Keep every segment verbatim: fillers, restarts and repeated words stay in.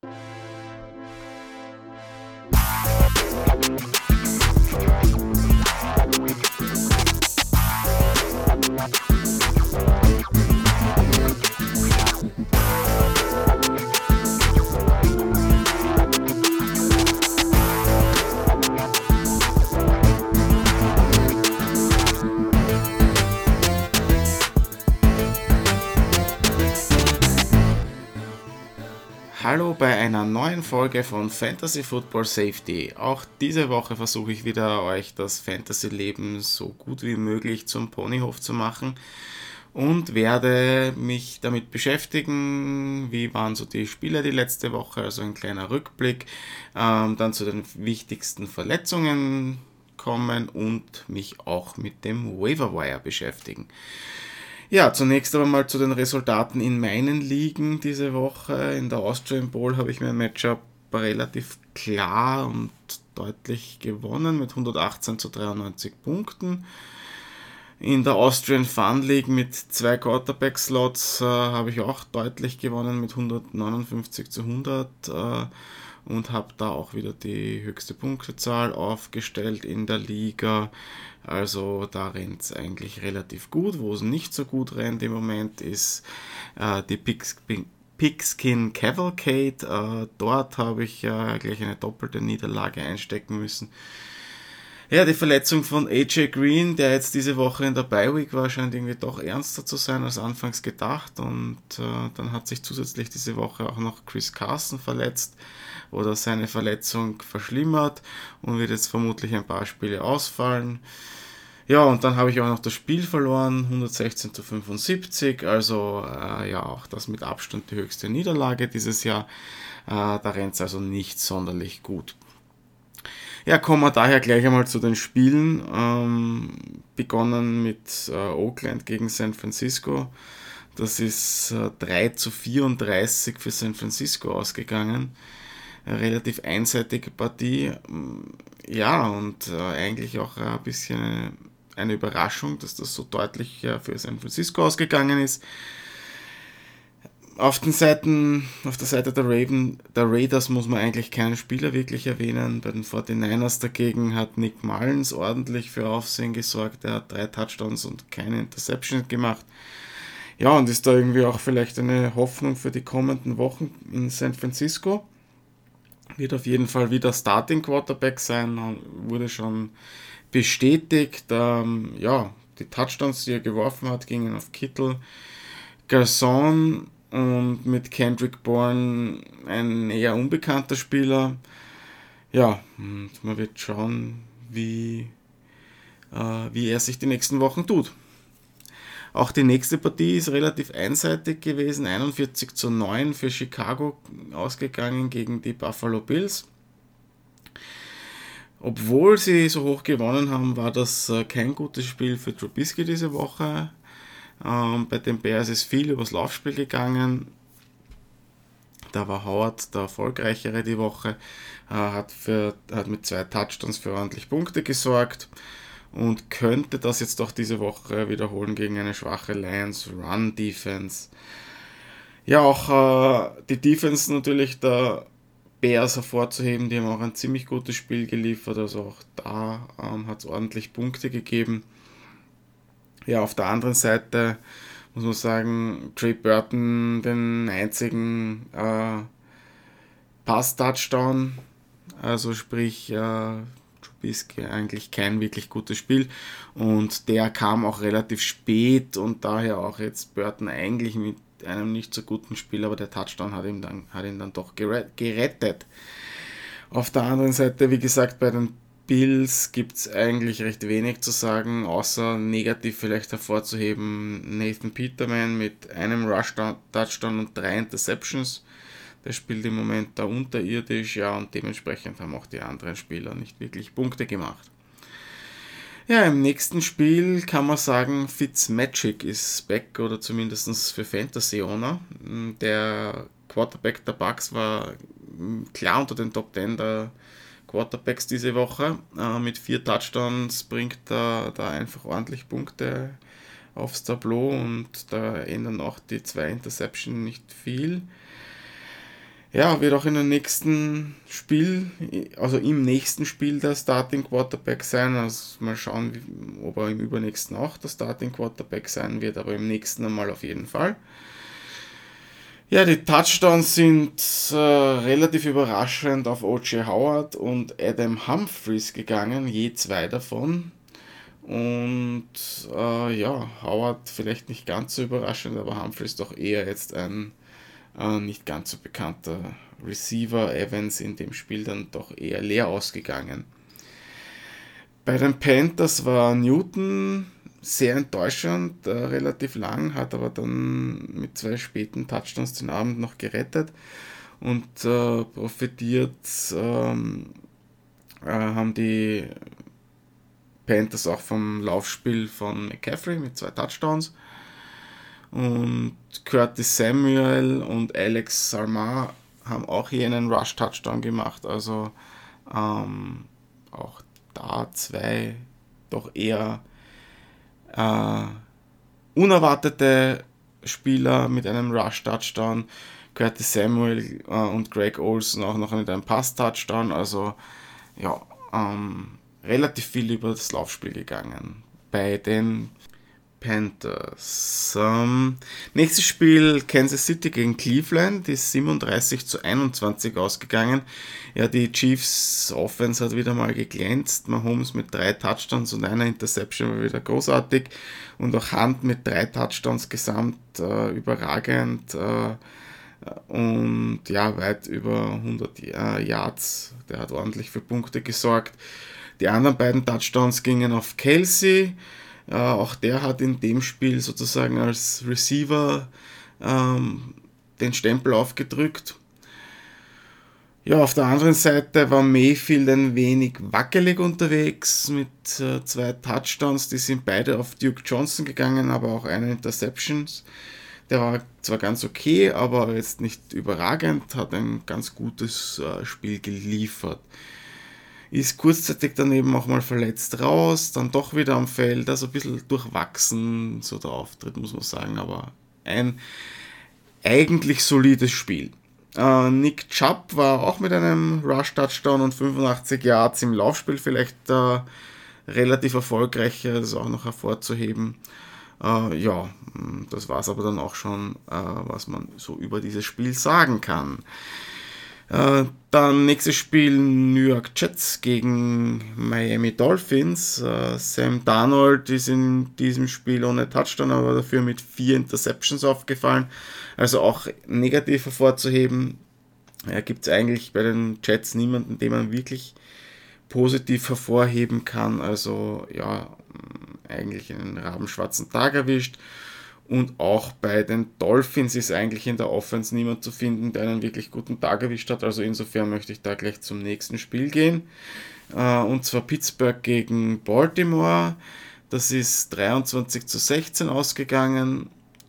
Hallo bei einer neuen Folge von Fantasy Football Safety. Auch diese Woche versuche ich wieder euch das Fantasy-Leben so gut wie möglich zum Ponyhof zu machen und werde mich damit beschäftigen, wie waren so die Spiele die letzte Woche, also ein kleiner Rückblick, ähm, dann zu den wichtigsten Verletzungen kommen und mich auch mit dem Waiver-Wire beschäftigen. Ja, zunächst aber mal zu den Resultaten in meinen Ligen diese Woche. In der Austrian Bowl habe ich mein Matchup relativ klar und deutlich gewonnen mit hundertachtzehn zu dreiundneunzig Punkten. In der Austrian Fun League mit zwei Quarterback-Slots äh, habe ich auch deutlich gewonnen mit hundertneunundfünfzig zu hundert äh, und habe da auch wieder die höchste Punktezahl aufgestellt in der Liga. Also da rennt es eigentlich relativ gut. Wo es nicht so gut rennt im Moment ist äh, die Pigskin, Pigskin Cavalcade. Äh, dort habe ich äh, gleich eine doppelte Niederlage einstecken müssen. Ja, die Verletzung von A J Green, der jetzt diese Woche in der Bye-Week war, scheint irgendwie doch ernster zu sein als anfangs gedacht. Und äh, dann hat sich zusätzlich diese Woche auch noch Chris Carson verletzt oder seine Verletzung verschlimmert und wird jetzt vermutlich ein paar Spiele ausfallen. Ja, und dann habe ich auch noch das Spiel verloren, hundertsechzehn zu fünfundsiebzig, also äh, ja, auch das mit Abstand die höchste Niederlage dieses Jahr. Äh, da rennt es also nicht sonderlich gut. Ja, kommen wir daher gleich einmal zu den Spielen. Ähm, begonnen mit äh, Oakland gegen San Francisco. Das ist äh, drei zu vierunddreißig für San Francisco ausgegangen. Eine relativ einseitige Partie. Ja, und äh, eigentlich auch ein bisschen eine, eine Überraschung, dass das so deutlich äh, für San Francisco ausgegangen ist. Auf den Seiten, auf der Seite der Raven, der Raiders muss man eigentlich keinen Spieler wirklich erwähnen. Bei den forty-niners dagegen hat Nick Mullins ordentlich für Aufsehen gesorgt. Er hat drei Touchdowns und keine Interception gemacht. Ja, und ist da irgendwie auch vielleicht eine Hoffnung für die kommenden Wochen in San Francisco. Wird auf jeden Fall wieder Starting Quarterback sein, wurde schon bestätigt. Ähm, ja, die Touchdowns, die er geworfen hat, gingen auf Kittle, Garçon und mit Kendrick Bourne ein eher unbekannter Spieler. Ja, und man wird schauen, wie, äh, wie er sich die nächsten Wochen tut. Auch die nächste Partie ist relativ einseitig gewesen, einundvierzig zu neun für Chicago ausgegangen gegen die Buffalo Bills. Obwohl sie so hoch gewonnen haben, war das kein gutes Spiel für Trubisky diese Woche. Ähm, bei den Bears ist viel übers Laufspiel gegangen. Da war Howard der erfolgreichere die Woche, äh, hat, für, hat mit zwei Touchdowns für ordentlich Punkte gesorgt und könnte das jetzt doch diese Woche wiederholen gegen eine schwache Lions Run Defense. Ja, auch äh, die Defense natürlich der Bears hervorzuheben, die haben auch ein ziemlich gutes Spiel geliefert, also auch da ähm, hat es ordentlich Punkte gegeben. Ja, auf der anderen Seite muss man sagen, Trey Burton den einzigen äh, Pass-Touchdown, also sprich äh, Trubisky eigentlich kein wirklich gutes Spiel und der kam auch relativ spät und daher auch jetzt Burton eigentlich mit einem nicht so guten Spiel, aber der Touchdown hat ihn dann, hat ihn dann doch gerettet. Auf der anderen Seite, wie gesagt, bei den Bills gibt es eigentlich recht wenig zu sagen, außer negativ vielleicht hervorzuheben Nathan Peterman mit einem Rush-Touchdown und drei Interceptions. Der spielt im Moment da unterirdisch, ja, und dementsprechend haben auch die anderen Spieler nicht wirklich Punkte gemacht. Ja, im nächsten Spiel kann man sagen, Fitzmagic ist back oder zumindest für Fantasy-Owner. Der Quarterback der Bucks war klar unter den Top zehn der Quarterbacks diese Woche. Äh, mit vier Touchdowns bringt er da einfach ordentlich Punkte aufs Tableau und da ändern auch die zwei Interceptions nicht viel. Ja, wird auch in dem nächsten Spiel, also im nächsten Spiel der Starting Quarterback sein. Also mal schauen, wie, ob er im übernächsten auch der Starting Quarterback sein wird, aber im nächsten einmal auf jeden Fall. Ja, die Touchdowns sind äh, relativ überraschend auf O J Howard und Adam Humphries gegangen, je zwei davon. Und äh, ja, Howard vielleicht nicht ganz so überraschend, aber Humphries doch eher jetzt ein äh, nicht ganz so bekannter Receiver. Evans in dem Spiel dann doch eher leer ausgegangen. Bei den Panthers war Newton sehr enttäuschend, äh, relativ lang, hat aber dann mit zwei späten Touchdowns den Abend noch gerettet und äh, profitiert ähm, äh, haben die Panthers auch vom Laufspiel von McCaffrey mit zwei Touchdowns. Und Curtis Samuel und Alex Salmar haben auch hier einen Rush-Touchdown gemacht. Also ähm, auch da zwei doch eher äh, unerwartete Spieler mit einem Rush-Touchdown. Curtis Samuel äh, und Greg Olsen auch noch mit einem Pass-Touchdown. Also ja, ähm, relativ viel über das Laufspiel gegangen bei den Panthers. Ähm, nächstes Spiel Kansas City gegen Cleveland, ist siebenunddreißig zu einundzwanzig ausgegangen. Ja, die Chiefs Offense hat wieder mal geglänzt. Mahomes mit drei Touchdowns und einer Interception war wieder großartig. Und auch Hunt mit drei Touchdowns gesamt äh, überragend. Äh, und ja, weit über hundert äh, Yards. Der hat ordentlich für Punkte gesorgt. Die anderen beiden Touchdowns gingen auf Kelsey. Äh, auch der hat in dem Spiel sozusagen als Receiver ähm, den Stempel aufgedrückt. Ja, auf der anderen Seite war Mayfield ein wenig wackelig unterwegs mit äh, zwei Touchdowns. Die sind beide auf Duke Johnson gegangen, aber auch eine Interception. Der war zwar ganz okay, aber jetzt nicht überragend, hat ein ganz gutes äh, Spiel geliefert. Ist kurzzeitig dann eben auch mal verletzt raus, dann doch wieder am Feld, also ein bisschen durchwachsen, so der Auftritt, muss man sagen, aber ein eigentlich solides Spiel. Äh, Nick Chubb war auch mit einem Rush-Touchdown und fünfundachtzig Yards im Laufspiel vielleicht äh, relativ erfolgreich, das ist auch noch hervorzuheben. Äh, ja, das war es aber dann auch schon, äh, was man so über dieses Spiel sagen kann. Äh, dann nächstes Spiel New York Jets gegen Miami Dolphins. Äh, Sam Darnold ist in diesem Spiel ohne Touchdown, aber dafür mit vier Interceptions aufgefallen. Also auch negativ hervorzuheben. Ja, gibt es eigentlich bei den Jets niemanden, den man wirklich positiv hervorheben kann. Also ja, eigentlich einen rabenschwarzen Tag erwischt. Und auch bei den Dolphins ist eigentlich in der Offense niemand zu finden, der einen wirklich guten Tag erwischt hat. Also insofern möchte ich da gleich zum nächsten Spiel gehen. Und zwar Pittsburgh gegen Baltimore. Das ist dreiundzwanzig zu sechzehn ausgegangen.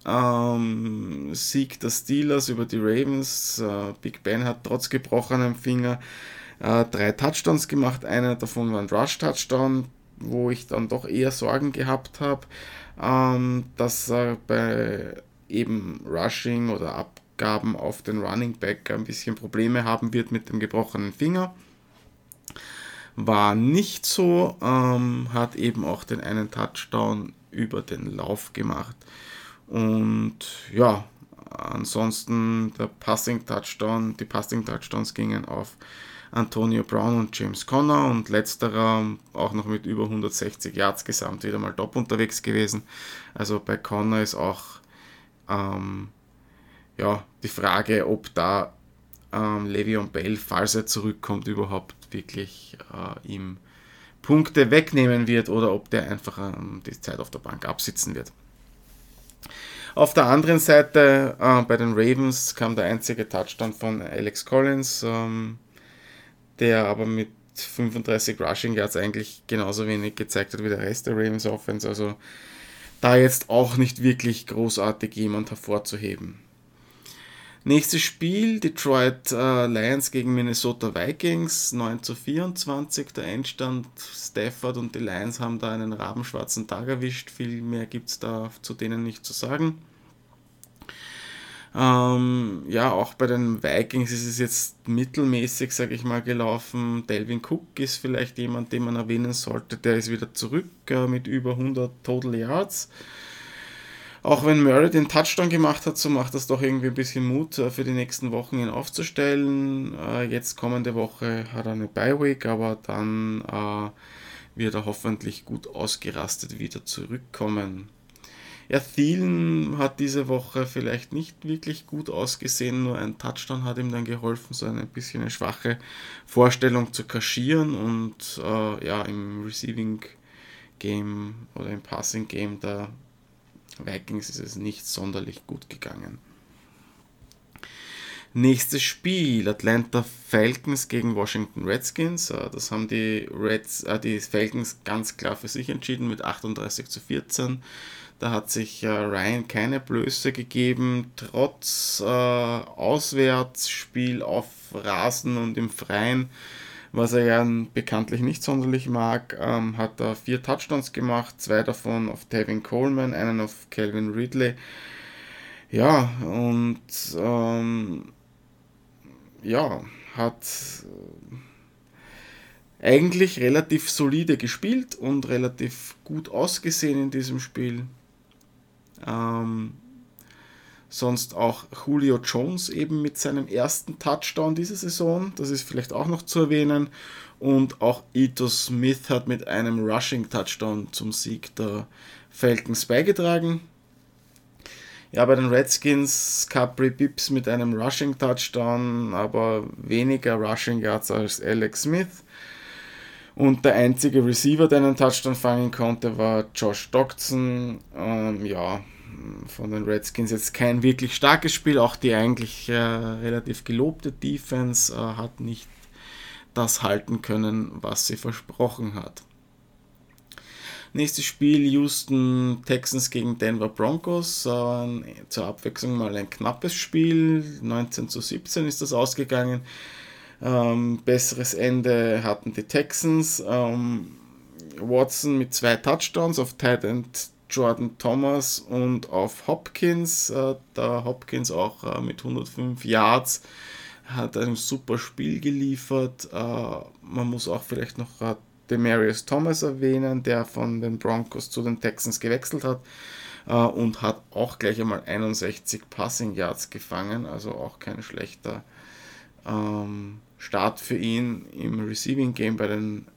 Ähm, Sieg der Steelers über die Ravens. Äh, Big Ben hat trotz gebrochenem Finger äh, drei Touchdowns gemacht. Einer davon war ein Rush-Touchdown, wo ich dann doch eher Sorgen gehabt habe, ähm, dass er bei eben Rushing oder Abgaben auf den Running Back ein bisschen Probleme haben wird mit dem gebrochenen Finger. War nicht so, ähm, hat eben auch den einen Touchdown über den Lauf gemacht. Und ja, ansonsten der Passing Touchdown, die Passing Touchdowns gingen auf Antonio Brown und James Conner und letzterer auch noch mit über hundertsechzig Yards gesamt wieder mal top unterwegs gewesen. Also bei Conner ist auch ähm, ja, die Frage, ob da ähm, Le'Veon Bell, falls er zurückkommt, überhaupt wirklich äh, ihm Punkte wegnehmen wird oder ob der einfach ähm, die Zeit auf der Bank absitzen wird. Auf der anderen Seite äh, bei den Ravens kam der einzige Touchdown von Alex Collins, ähm, der aber mit fünfunddreißig Rushing Yards eigentlich genauso wenig gezeigt hat wie der Rest der Ravens Offense. Also da jetzt auch nicht wirklich großartig jemand hervorzuheben. Nächstes Spiel, Detroit äh, Lions gegen Minnesota Vikings, neun zu vierundzwanzig, der Endstand. Stafford und die Lions haben da einen rabenschwarzen Tag erwischt, viel mehr gibt es da zu denen nicht zu sagen. Ähm, ja, auch bei den Vikings ist es jetzt mittelmäßig, sage ich mal, gelaufen. Dalvin Cook ist vielleicht jemand, den man erwähnen sollte. Der ist wieder zurück äh, mit über hundert Total Yards. Auch wenn Murray den Touchdown gemacht hat, so macht das doch irgendwie ein bisschen Mut äh, für die nächsten Wochen, ihn aufzustellen. Äh, jetzt kommende Woche hat er eine Bye-Week, aber dann äh, wird er hoffentlich gut ausgerastet wieder zurückkommen. Ja, Thielen hat diese Woche vielleicht nicht wirklich gut ausgesehen, nur ein Touchdown hat ihm dann geholfen, so ein bisschen eine schwache Vorstellung zu kaschieren und äh, ja, im Receiving Game oder im Passing Game der Vikings ist es nicht sonderlich gut gegangen. Nächstes Spiel, Atlanta Falcons gegen Washington Redskins. Das haben die, Reds, äh, die Falcons ganz klar für sich entschieden mit achtunddreißig zu vierzehn. Da hat sich äh, Ryan keine Blöße gegeben, trotz äh, Auswärtsspiel auf Rasen und im Freien, was er ja bekanntlich nicht sonderlich mag, ähm, hat er vier Touchdowns gemacht, zwei davon auf Tevin Coleman, einen auf Calvin Ridley. Ja, und ähm, ja, hat eigentlich relativ solide gespielt und relativ gut ausgesehen in diesem Spiel. Ähm, sonst auch Julio Jones eben mit seinem ersten Touchdown diese Saison, das ist vielleicht auch noch zu erwähnen. Und auch Ito Smith hat mit einem Rushing Touchdown zum Sieg der Falcons beigetragen. Ja, bei den Redskins Capri Bibbs mit einem Rushing Touchdown, aber weniger Rushing Yards als Alex Smith. Und der einzige Receiver, der einen Touchdown fangen konnte, war Josh Doctson. Ähm, ja, von den Redskins jetzt kein wirklich starkes Spiel. Auch die eigentlich äh, relativ gelobte Defense äh, hat nicht das halten können, was sie versprochen hat. Nächstes Spiel Houston Texans gegen Denver Broncos. Äh, zur Abwechslung mal ein knappes Spiel. neunzehn zu siebzehn ist das ausgegangen. Ähm, besseres Ende hatten die Texans. Ähm, Watson mit zwei Touchdowns auf Tight End Jordan Thomas und auf Hopkins. Äh, da Hopkins auch äh, mit hundertfünf Yards hat ein super Spiel geliefert. Äh, man muss auch vielleicht noch äh, Demaryius Thomas erwähnen, der von den Broncos zu den Texans gewechselt hat äh, und hat auch gleich einmal einundsechzig Passing Yards gefangen, also auch kein schlechter ähm, Start für ihn im Receiving Game bei den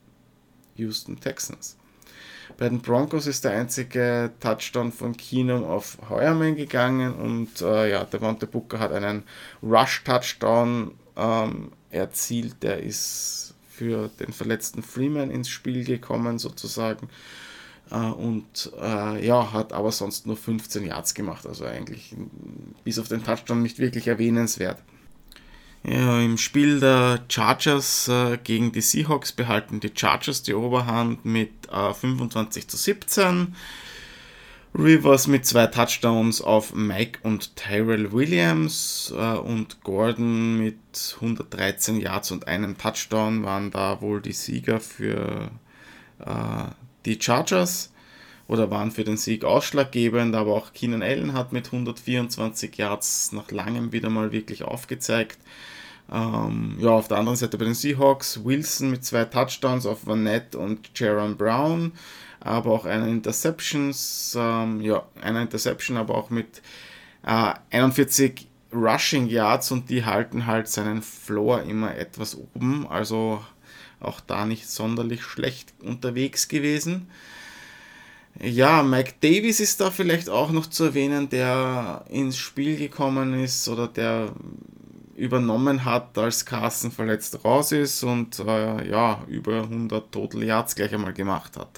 Houston Texans. Bei den Broncos ist der einzige Touchdown von Keenum auf Heuermann gegangen und äh, ja, Devontae Booker hat einen Rush-Touchdown ähm, erzielt, der ist für den verletzten Freeman ins Spiel gekommen sozusagen äh, und äh, ja, hat aber sonst nur fünfzehn Yards gemacht, also eigentlich bis auf den Touchdown nicht wirklich erwähnenswert. Ja, im Spiel der Chargers äh, gegen die Seahawks behalten die Chargers die Oberhand mit äh, fünfundzwanzig zu siebzehn. Rivers mit zwei Touchdowns auf Mike und Tyrell Williams äh, und Gordon mit hundertdreizehn Yards und einem Touchdown waren da wohl die Sieger für äh, die Chargers oder waren für den Sieg ausschlaggebend, aber auch Keenan Allen hat mit hundertvierundzwanzig Yards nach langem wieder mal wirklich aufgezeigt. Ähm, ja, auf der anderen Seite bei den Seahawks Wilson mit zwei Touchdowns auf Vanette und Jaron Brown, aber auch eine Interceptions, ähm, ja, eine Interception, aber auch mit äh, einundvierzig Rushing Yards und die halten halt seinen Floor immer etwas oben, also auch da nicht sonderlich schlecht unterwegs gewesen. Ja, Mike Davis ist da vielleicht auch noch zu erwähnen, der ins Spiel gekommen ist oder der übernommen hat, als Carson verletzt raus ist und äh, ja, über hundert Total Yards gleich einmal gemacht hat.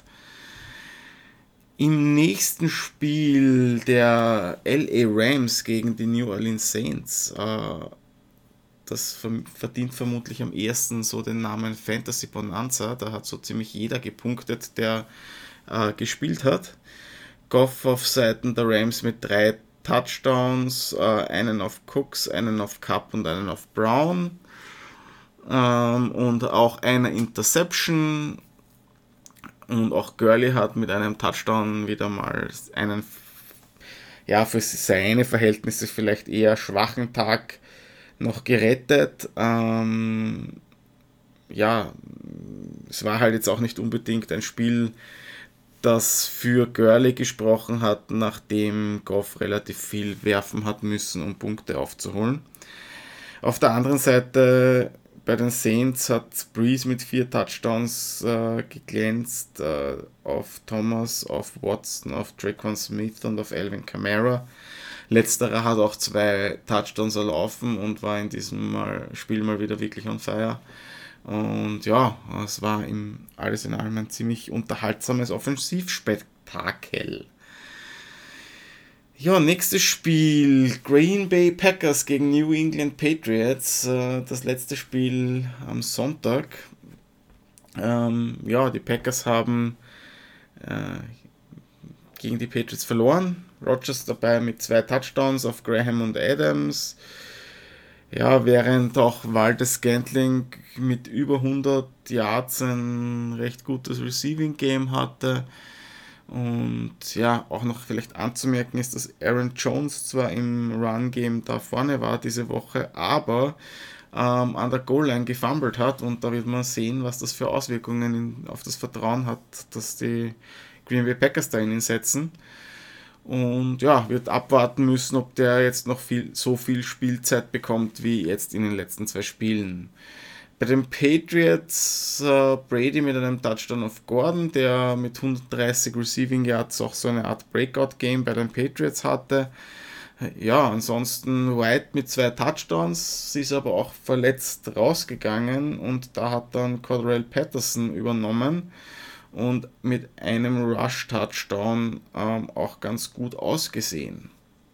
Im nächsten Spiel der L A Rams gegen die New Orleans Saints, äh, das verdient vermutlich am ehesten so den Namen Fantasy Bonanza, da hat so ziemlich jeder gepunktet, der äh, gespielt hat. Goff auf Seiten der Rams mit drei Touchdowns, äh, einen auf Cooks, einen auf Cup und einen auf Brown ähm, und auch eine Interception und auch Gurley hat mit einem Touchdown wieder mal einen ja, für seine Verhältnisse vielleicht eher schwachen Tag noch gerettet. Ähm, ja, es war halt jetzt auch nicht unbedingt ein Spiel, das für Gurley gesprochen hat, nachdem Goff relativ viel werfen hat müssen, um Punkte aufzuholen. Auf der anderen Seite bei den Saints hat Breeze mit vier Touchdowns äh, geglänzt, äh, auf Thomas, auf Watson, auf Traquan Smith und auf Alvin Kamara. Letzterer hat auch zwei Touchdowns erlaufen und war in diesem mal, Spiel mal wieder wirklich on fire. Und ja, es war im, alles in allem ein ziemlich unterhaltsames Offensivspektakel. Ja, nächstes Spiel, Green Bay Packers gegen New England Patriots, äh, das letzte Spiel am Sonntag. Ähm, ja, die Packers haben äh, gegen die Patriots verloren. Rodgers dabei mit zwei Touchdowns auf Graham und Adams. Ja, während auch Waldes Scantling mit über hundert Yards ein recht gutes Receiving Game hatte. Und ja, auch noch vielleicht anzumerken ist, dass Aaron Jones zwar im Run-Game da vorne war diese Woche, aber ähm, an der Goal-Line gefumbled hat, und da wird man sehen, was das für Auswirkungen in, auf das Vertrauen hat, dass die Green Bay Packers da in ihn setzen. Und ja, wird abwarten müssen, ob der jetzt noch viel, so viel Spielzeit bekommt wie jetzt in den letzten zwei Spielen. Bei den Patriots äh, Brady mit einem Touchdown auf Gordon, der mit hundertdreißig Receiving Yards auch so eine Art Breakout-Game bei den Patriots hatte. Ja, ansonsten White mit zwei Touchdowns, sie ist aber auch verletzt rausgegangen, und da hat dann Cordell Patterson übernommen und mit einem Rush-Touchdown ähm, auch ganz gut ausgesehen.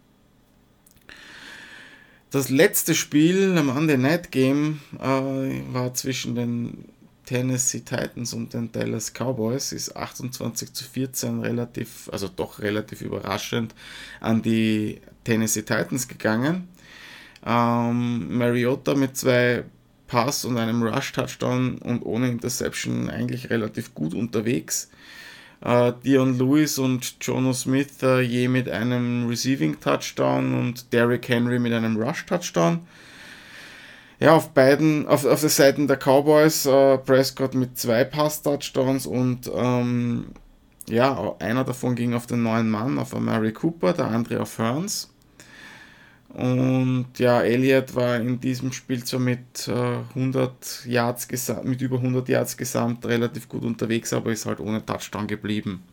Das letzte Spiel am Monday Night Game äh, war zwischen den Tennessee Titans und den Dallas Cowboys, ist achtundzwanzig zu vierzehn relativ, also doch relativ überraschend an die Tennessee Titans gegangen. Ähm, Mariota mit zwei Pass und einem Rush-Touchdown und ohne Interception eigentlich relativ gut unterwegs. Äh, Dion Lewis und Jono Smith äh, je mit einem Receiving-Touchdown und Derrick Henry mit einem Rush-Touchdown. Ja, auf beiden, auf, auf der Seite der Cowboys, äh, Prescott mit zwei Pass-Touchdowns und ähm, ja, einer davon ging auf den neuen Mann, auf Amari Cooper, der andere auf Hearns. Und ja, Elliott war in diesem Spiel zwar mit, äh, hundert Yards gesamt, mit über hundert Yards gesamt relativ gut unterwegs, aber ist halt ohne Touchdown geblieben.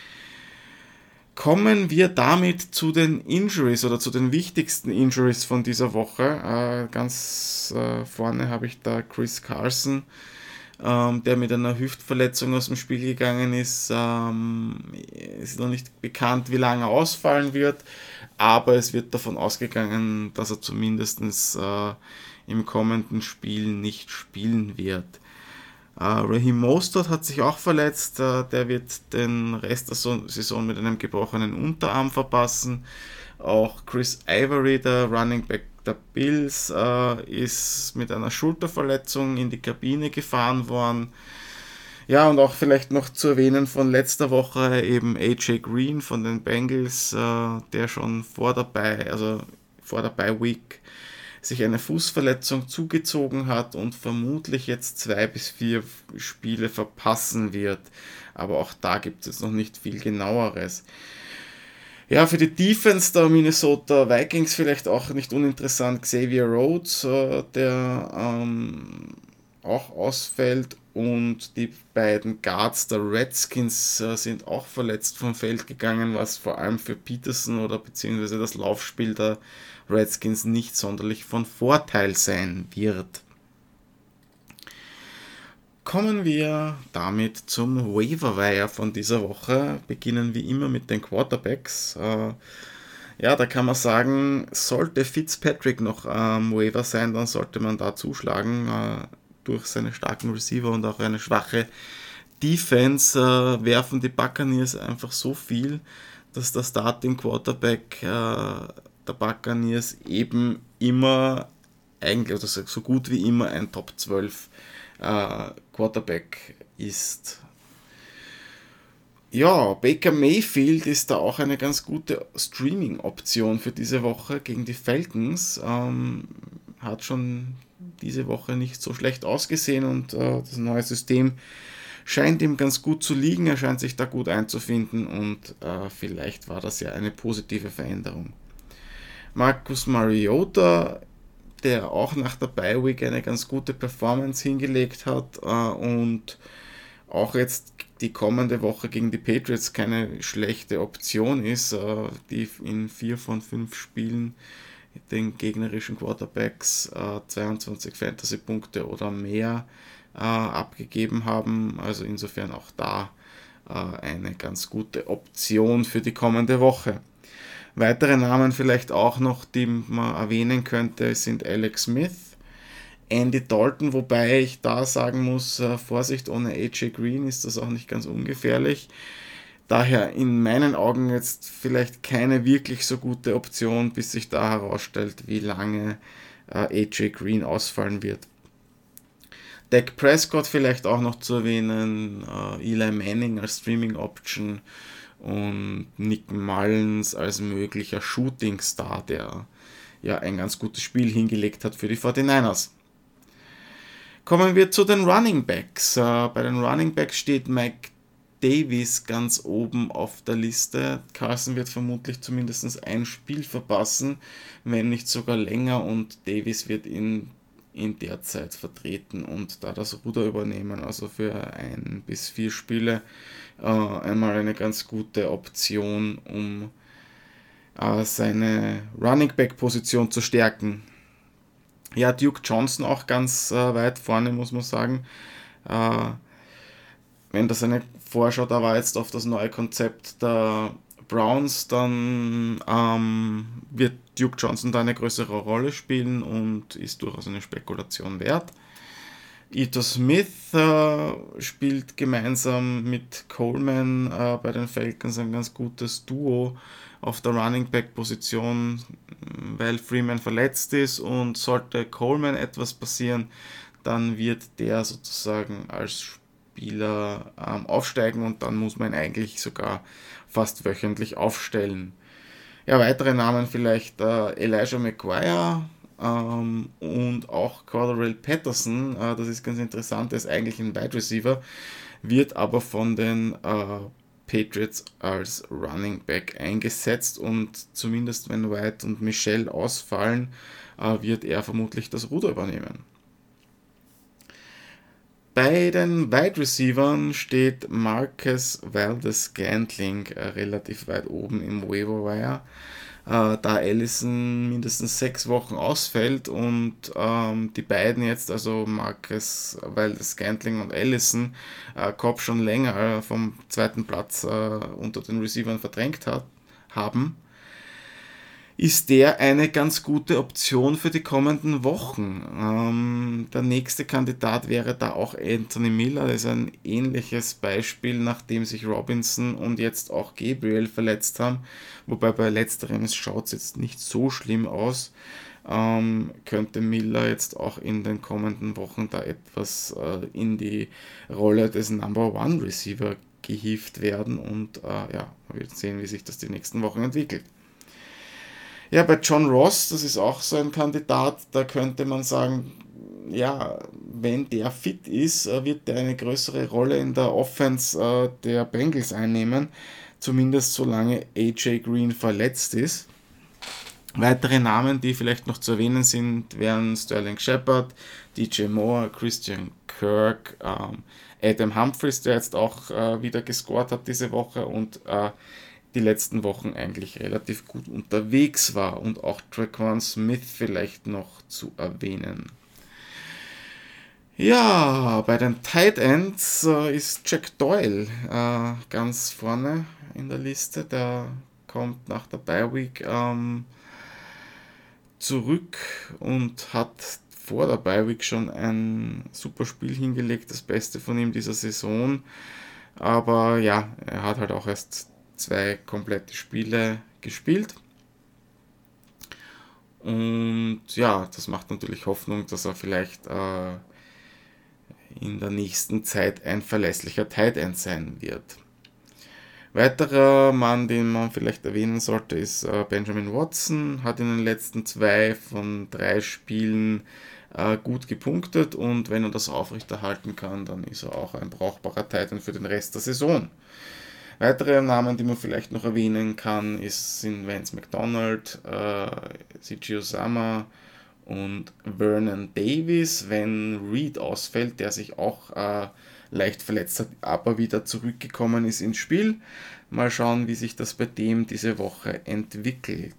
Kommen wir damit zu den Injuries oder zu den wichtigsten Injuries von dieser Woche. Äh, ganz äh, vorne habe ich da Chris Carson, ähm, der mit einer Hüftverletzung aus dem Spiel gegangen ist. Ähm, ist noch nicht bekannt, wie lange er ausfallen wird, aber es wird davon ausgegangen, dass er zumindest äh, im kommenden Spiel nicht spielen wird. Äh, Raheem Mostert hat sich auch verletzt, äh, der wird den Rest der Saison mit einem gebrochenen Unterarm verpassen. Auch Chris Ivory, der Running Back der Bills, äh, ist mit einer Schulterverletzung in die Kabine gefahren worden. Ja, und auch vielleicht noch zu erwähnen von letzter Woche eben A J Green von den Bengals, äh, der schon vor der Bye, also vor der Bye Week sich eine Fußverletzung zugezogen hat und vermutlich jetzt zwei bis vier Spiele verpassen wird. Aber auch da gibt es jetzt noch nicht viel genaueres. Ja, für die Defense der Minnesota Vikings vielleicht auch nicht uninteressant Xavier Rhodes, äh, der ähm, auch ausfällt, und die beiden Guards der Redskins äh, sind auch verletzt vom Feld gegangen, was vor allem für Peterson oder beziehungsweise das Laufspiel der Redskins nicht sonderlich von Vorteil sein wird. Kommen wir damit zum Waiver-Wire von dieser Woche. Beginnen wie immer mit den Quarterbacks. Äh, ja, da kann man sagen, sollte Fitzpatrick noch am ähm, Waiver sein, dann sollte man da zuschlagen. Äh, durch seine starken Receiver und auch eine schwache Defense äh, werfen die Buccaneers einfach so viel, dass der Starting Quarterback äh, der Buccaneers eben immer, eigentlich, oder so gut wie immer ein Top zwölf äh, Quarterback ist. Ja, Baker Mayfield ist da auch eine ganz gute Streaming-Option für diese Woche gegen die Falcons. Ähm, hat schon diese Woche nicht so schlecht ausgesehen und äh, das neue System scheint ihm ganz gut zu liegen. Er scheint sich da gut einzufinden und äh, vielleicht war das ja eine positive Veränderung. Marcus Mariota, der auch nach der Bye Week eine ganz gute Performance hingelegt hat äh, und auch jetzt die kommende Woche gegen die Patriots keine schlechte Option ist, äh, die in vier von fünf Spielen den gegnerischen Quarterbacks äh, zweiundzwanzig Fantasy-Punkte oder mehr äh, abgegeben haben. Also insofern auch da äh, eine ganz gute Option für die kommende Woche. Weitere Namen vielleicht auch noch, die man erwähnen könnte, sind Alex Smith, Andy Dalton, wobei ich da sagen muss, äh, Vorsicht, ohne A J Green ist das auch nicht ganz ungefährlich. Daher in meinen Augen jetzt vielleicht keine wirklich so gute Option, bis sich da herausstellt, wie lange äh, A J Green ausfallen wird. Dak Prescott vielleicht auch noch zu erwähnen, äh, Eli Manning als Streaming Option und Nick Mullins als möglicher Shooting Star, der ja ein ganz gutes Spiel hingelegt hat für die forty-niners. Kommen wir zu den Running Backs. Äh, bei den Running Backs steht Mike Davis ganz oben auf der Liste. Carson wird vermutlich zumindest ein Spiel verpassen, wenn nicht sogar länger, und Davis wird ihn in der Zeit vertreten und da das Ruder übernehmen. Also für ein bis vier Spiele äh, einmal eine ganz gute Option, um äh, seine Running Back Position zu stärken. Ja, Duke Johnson auch ganz äh, weit vorne, muss man sagen. Äh, wenn das eine Vorschau da war jetzt auf das neue Konzept der Browns, dann ähm, wird Duke Johnson da eine größere Rolle spielen und ist durchaus eine Spekulation wert. Ito Smith äh, spielt gemeinsam mit Coleman äh, bei den Falcons ein ganz gutes Duo auf der Running Back Position, weil Freeman verletzt ist, und sollte Coleman etwas passieren, dann wird der sozusagen als Spieler ähm, aufsteigen und dann muss man ihn eigentlich sogar fast wöchentlich aufstellen. Ja, weitere Namen vielleicht äh, Elijah McGuire ähm, und auch Cordarrelle Patterson. Äh, das ist ganz interessant, er ist eigentlich ein Wide Receiver, wird aber von den äh, Patriots als Running Back eingesetzt, und zumindest wenn White und Michelle ausfallen, äh, wird er vermutlich das Ruder übernehmen. Bei den Wide Receivern steht Marquez Valdes-Scantling äh, relativ weit oben im Waiver Wire, äh, da Allison mindestens sechs Wochen ausfällt und ähm, die beiden jetzt, also Marquez Valdes-Scantling und Allison, äh, Cobb schon länger äh, vom zweiten Platz äh, unter den Receivern verdrängt hat, haben, ist der eine ganz gute Option für die kommenden Wochen. Ähm, der nächste Kandidat wäre da auch Anthony Miller. Das ist ein ähnliches Beispiel, nachdem sich Robinson und jetzt auch Gabriel verletzt haben. Wobei bei letzterem schaut es jetzt nicht so schlimm aus. Ähm, könnte Miller jetzt auch in den kommenden Wochen da etwas äh, in die Rolle des Number One Receiver gehievt werden. Und äh, ja, wir werden sehen, wie sich das die nächsten Wochen entwickelt. Ja, bei John Ross, das ist auch so ein Kandidat, da könnte man sagen, ja, wenn der fit ist, äh, wird der eine größere Rolle in der Offense äh, der Bengals einnehmen, zumindest solange A J Green verletzt ist. Weitere Namen, die vielleicht noch zu erwähnen sind, wären Sterling Shepard, D J Moore, Christian Kirk, ähm, Adam Humphries, der jetzt auch äh, wieder gescored hat diese Woche und äh, die letzten Wochen eigentlich relativ gut unterwegs war, und auch Tre'Quan Smith vielleicht noch zu erwähnen. Ja, bei den Tight Ends äh, ist Jack Doyle äh, ganz vorne in der Liste. Der kommt nach der Bye Week ähm, zurück und hat vor der Bye Week schon ein super Spiel hingelegt, das Beste von ihm dieser Saison. Aber ja, er hat halt auch erst zwei komplette Spiele gespielt. Und ja, das macht natürlich Hoffnung, dass er vielleicht äh, in der nächsten Zeit ein verlässlicher Tight End sein wird. Weiterer Mann, den man vielleicht erwähnen sollte, ist äh, Benjamin Watson, hat in den letzten zwei von drei Spielen äh, gut gepunktet und wenn er das aufrechterhalten kann, dann ist er auch ein brauchbarer Titan für den Rest der Saison. Weitere Namen, die man vielleicht noch erwähnen kann, ist, sind Vance McDonald, äh, C J Uzomah und Vernon Davis, wenn Reed ausfällt, der sich auch äh, leicht verletzt hat, aber wieder zurückgekommen ist ins Spiel. Mal schauen, wie sich das bei dem diese Woche entwickelt.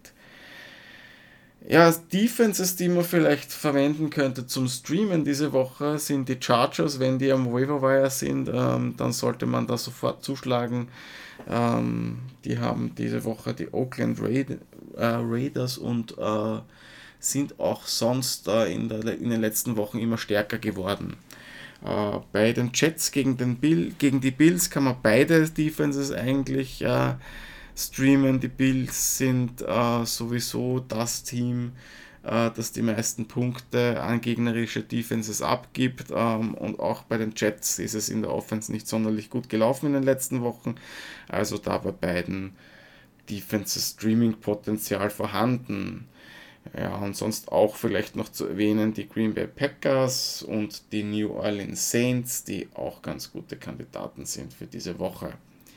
Ja, Defenses, die man vielleicht verwenden könnte zum Streamen diese Woche, sind die Chargers. Wenn die am Waiver-Wire sind, ähm, dann sollte man da sofort zuschlagen. Ähm, die haben diese Woche die Oakland Raid, äh, Raiders und äh, sind auch sonst äh, in, der, in den letzten Wochen immer stärker geworden. Uh, bei den Jets gegen, den Bill, gegen die Bills kann man beide Defenses eigentlich uh, streamen. Die Bills sind uh, sowieso das Team, uh, das die meisten Punkte an gegnerische Defenses abgibt. Um, und auch bei den Jets ist es in der Offense nicht sonderlich gut gelaufen in den letzten Wochen. Also da bei beiden Defenses Streaming-Potenzial vorhanden. Ja, und sonst auch vielleicht noch zu erwähnen die Green Bay Packers und die New Orleans Saints, die auch ganz gute Kandidaten sind für diese Woche.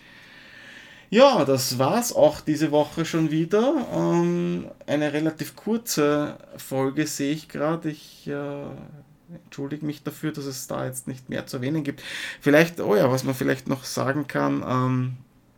Ja, das war's auch diese Woche schon wieder. Ähm, eine relativ kurze Folge sehe ich gerade. Ich äh, entschuldige mich dafür, dass es da jetzt nicht mehr zu erwähnen gibt. Vielleicht, oh ja, was man vielleicht noch sagen kann, ähm,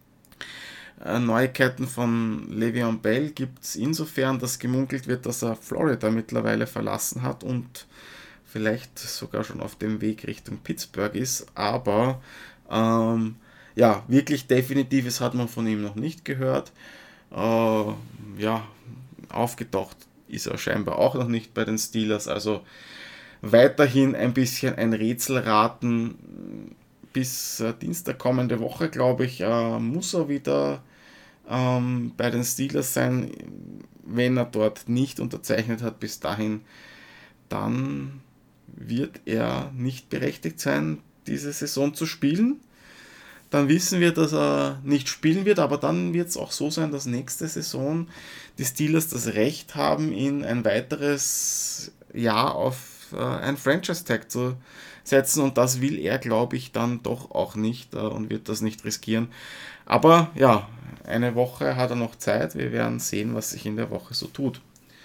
Neuigkeiten von Le'Veon Bell gibt es insofern, dass gemunkelt wird, dass er Florida mittlerweile verlassen hat und vielleicht sogar schon auf dem Weg Richtung Pittsburgh ist, aber ähm, ja, wirklich Definitives hat man von ihm noch nicht gehört. Äh, ja, aufgetaucht ist er scheinbar auch noch nicht bei den Steelers, also weiterhin ein bisschen ein Rätselraten. Bis äh, Dienstag kommende Woche, glaube ich, äh, muss er wieder ähm, bei den Steelers sein. Wenn er dort nicht unterzeichnet hat bis dahin, dann wird er nicht berechtigt sein, diese Saison zu spielen. Dann wissen wir, dass er nicht spielen wird, aber dann wird es auch so sein, dass nächste Saison die Steelers das Recht haben, ihn ein weiteres Jahr auf äh, ein Franchise-Tag zu setzen und das will er, glaube ich, dann doch auch nicht äh, und wird das nicht riskieren. Aber ja, eine Woche hat er noch Zeit. Wir werden sehen, was sich in der Woche so tut.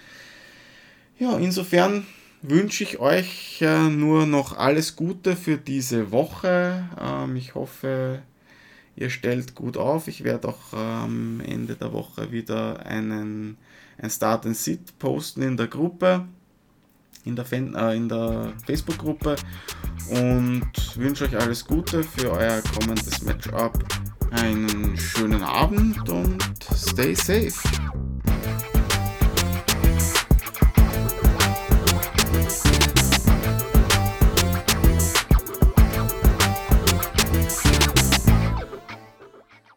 Ja, insofern wünsche ich euch äh, nur noch alles Gute für diese Woche. Ähm, ich hoffe, ihr stellt gut auf. Ich werde auch am ähm, Ende der Woche wieder einen, ein Start and Sit posten in der Gruppe. In der, Fan, äh, in der Facebook-Gruppe und wünsche euch alles Gute für euer kommendes Matchup. Einen schönen Abend und stay safe.